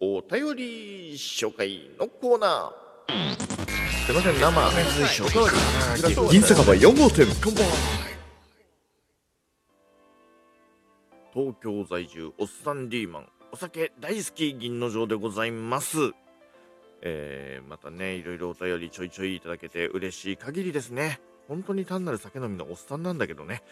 お便り紹介のコーナー。すいません、生銀酒場4号店乾杯。東京在住おっさんリーマン、お酒大好き銀の城でございます。またね、いろいろお便りちょいちょいいただけて嬉しい限りですね。本当に単なる酒飲みのおっさんなんだけどね。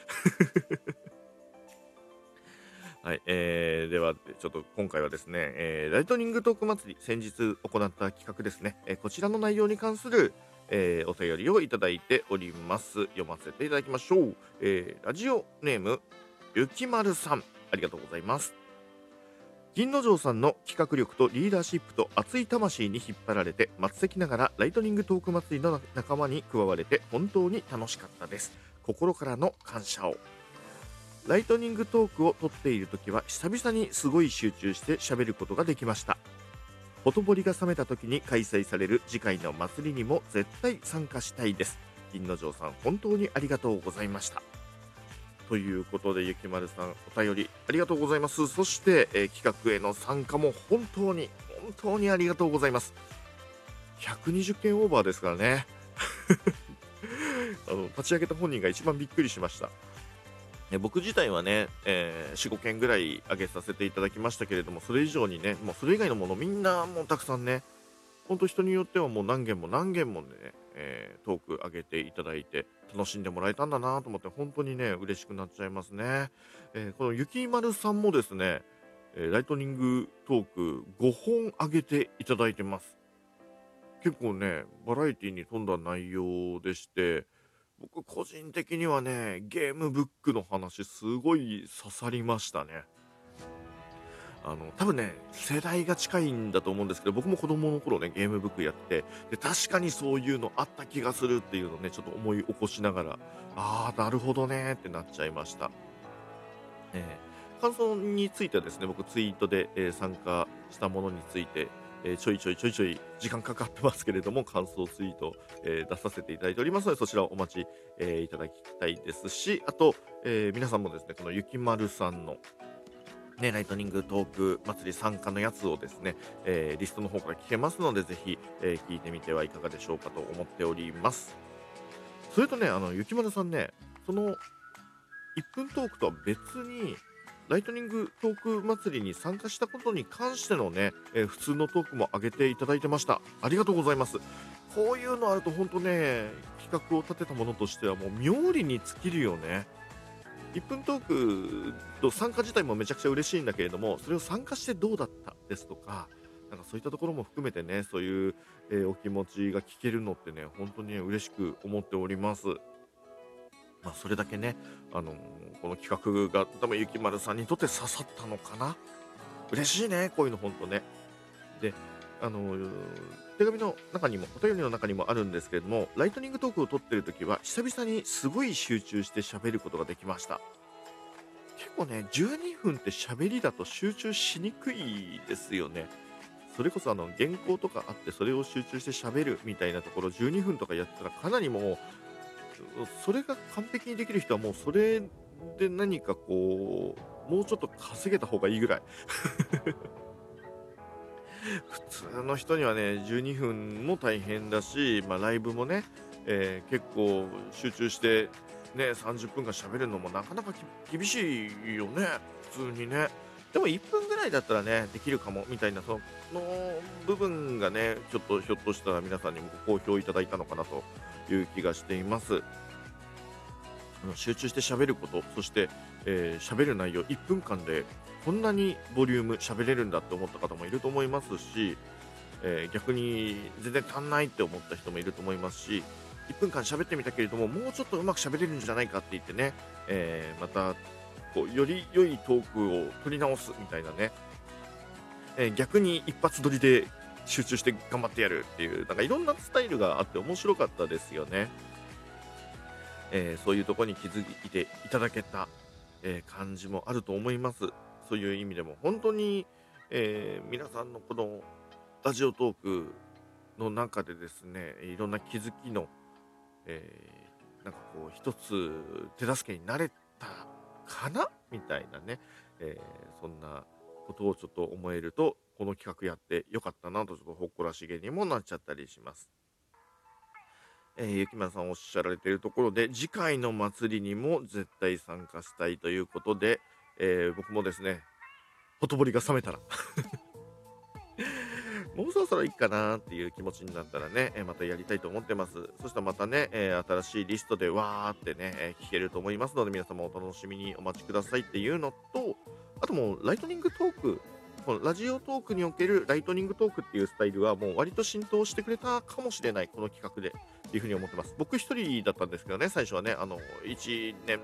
はい、ではちょっと今回はですね、ライトニングトーク祭り先日行った企画ですね、こちらの内容に関する、お便りをいただいております。読ませていただきましょう。ラジオネームゆきまるさん、ありがとうございます。銀之丞さんの企画力とリーダーシップと熱い魂に引っ張られて、末席ながらライトニングトーク祭りの仲間に加われて本当に楽しかったです。心からの感謝を。ライトニングトークを撮っている時は久々にすごい集中して喋ることができました。ほとぼりが冷めた時に開催される次回の祭りにも絶対参加したいです。銀之丞さん、本当にありがとうございました。ということで、ゆきまるさん、お便りありがとうございます。そして、企画への参加も本当にありがとうございます。120件オーバーですからね。立ち上げた本人が一番びっくりしました。僕自体はね、4、5件ぐらい上げさせていただきましたけれども、それ以上にね、もうそれ以外のものみんなもうたくさんね、ほんと人によってはもう何件もね、トーク上げていただいて楽しんでもらえたんだなと思って、本当にね、嬉しくなっちゃいますね。このゆきまるさんもですね、ライトニングトーク5本上げていただいてます。結構ね、バラエティに富んだ内容でして、僕個人的にはね、ゲームブックの話すごい刺さりましたね。多分ね、世代が近いんだと思うんですけど、僕も子供の頃ね、ゲームブックやってで、確かにそういうのあった気がするっていうのをね、ちょっと思い起こしながら、ああ、なるほどねってなっちゃいました。感想についてはですね、僕ツイートで、参加したものについて、ちょいちょい時間かかってますけれども、感想ツイート、出させていただいておりますので、そちらをお待ち、いただきたいですし、あと、皆さんもですね、このゆきまるさんのね、ライトニングトーク祭り参加のやつをですね、リストの方から聞けますので、ぜひ、聞いてみてはいかがでしょうかと思っております。それとね、ゆきまるさんね、その1分トークとは別に、ライトニングトーク祭りに参加したことに関してのね、普通のトークも上げていただいてました。ありがとうございます。こういうのあると本当ね、企画を立てたものとしてはもう妙利に尽きるよね。1分トークの参加自体もめちゃくちゃ嬉しいんだけれども、それを参加してどうだったですとか、なんかそういったところも含めてね、そういう、お気持ちが聞けるのってね、本当にね、嬉しく思っております。それだけね、この企画が多分ゆきまるさんにとって刺さったのかな。嬉しいね、こういうの本当ね。で、あの、手紙の中にも、お便りの中にもあるんですけれども、ライトニングトークを撮ってる時は、久々にすごい集中して喋ることができました。結構ね、12分って喋りだと集中しにくいですよね。それこそ原稿とかあって、それを集中して喋るみたいなところ、12分とかやってたらかなりもうそれが完璧にできる人はもうそれで何かこう、もうちょっと稼げた方がいいぐらい。普通の人にはね、12分も大変だし、ライブもね、結構集中して、ね、30分間喋るのもなかなか厳しいよね、普通にね。でも1分ぐらいだったらね、できるかもみたいな、その部分がね、ちょっとひょっとしたら皆さんにもご好評いただいたのかなという気がしています。集中して喋ること、そして、喋る内容1分間でこんなにボリューム喋れるんだって思った方もいると思いますし、逆に全然足んないって思った人もいると思いますし、1分間喋ってみたけれども、もうちょっとうまく喋れるんじゃないかって言ってね、またこうより良いトークを取り直すみたいなね、逆に一発撮りで集中して頑張ってやるっていう、なんかいろんなスタイルがあって面白かったですよね。そういうところに気づいていただけた、感じもあると思います。そういう意味でも本当に、皆さんのこのラジオトークの中でですね、いろんな気づきの、なんかこう一つ手助けになれたかなみたいなね、そんなことをちょっと思えるとこの企画やってよかったなとちょっと誇らしげにもなっちゃったりします。ゆきまるさんおっしゃられているところで、次回の祭りにも絶対参加したいということで、僕もですね、ほとぼりが冷めたらもうそろそろいいかなっていう気持ちになったらね、またやりたいと思ってます。そしたらまたね、新しいリストでわーってね、聞けると思いますので、皆様お楽しみにお待ちくださいっていうのと、あともうライトニングトーク、このラジオトークにおけるライトニングトークっていうスタイルはもう割と浸透してくれたかもしれない、この企画でっていうふうに思ってます。僕一人だったんですけどね、最初はね、1年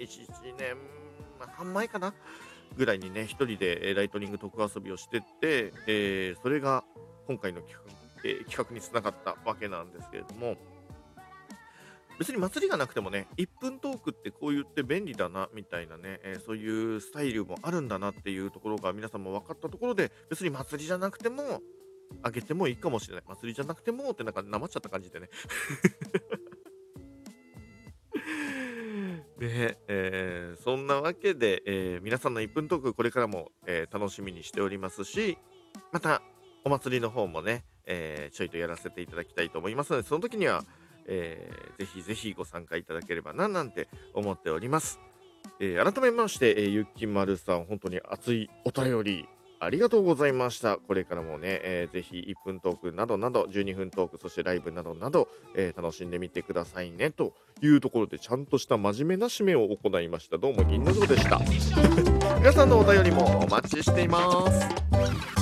半前かなぐらいにね、一人でライトニングトーク遊びをしてって、それが今回の企画につながったわけなんですけれども、別に祭りがなくてもね、1分トークってこう言って便利だなみたいなね、そういうスタイルもあるんだなっていうところが皆さんも分かったところで、別に祭りじゃなくてもあげてもいいかもしれない。祭りじゃなくてもってなんかなまっちゃった感じでね。で、そんなわけで、皆さんの1分トークこれからも、楽しみにしておりますし、またお祭りの方もね、ちょいとやらせていただきたいと思いますので、その時には、ぜひぜひご参加いただければななんて思っております。改めまして、ゆきまるさん本当に熱いお便りありがとうございました。これからもね、ぜひ1分トークなどなど、12分トーク、そしてライブなどなど、楽しんでみてくださいね。というところで、ちゃんとした真面目な締めを行いました。どうも銀の城でした。皆さんのお便りもお待ちしています。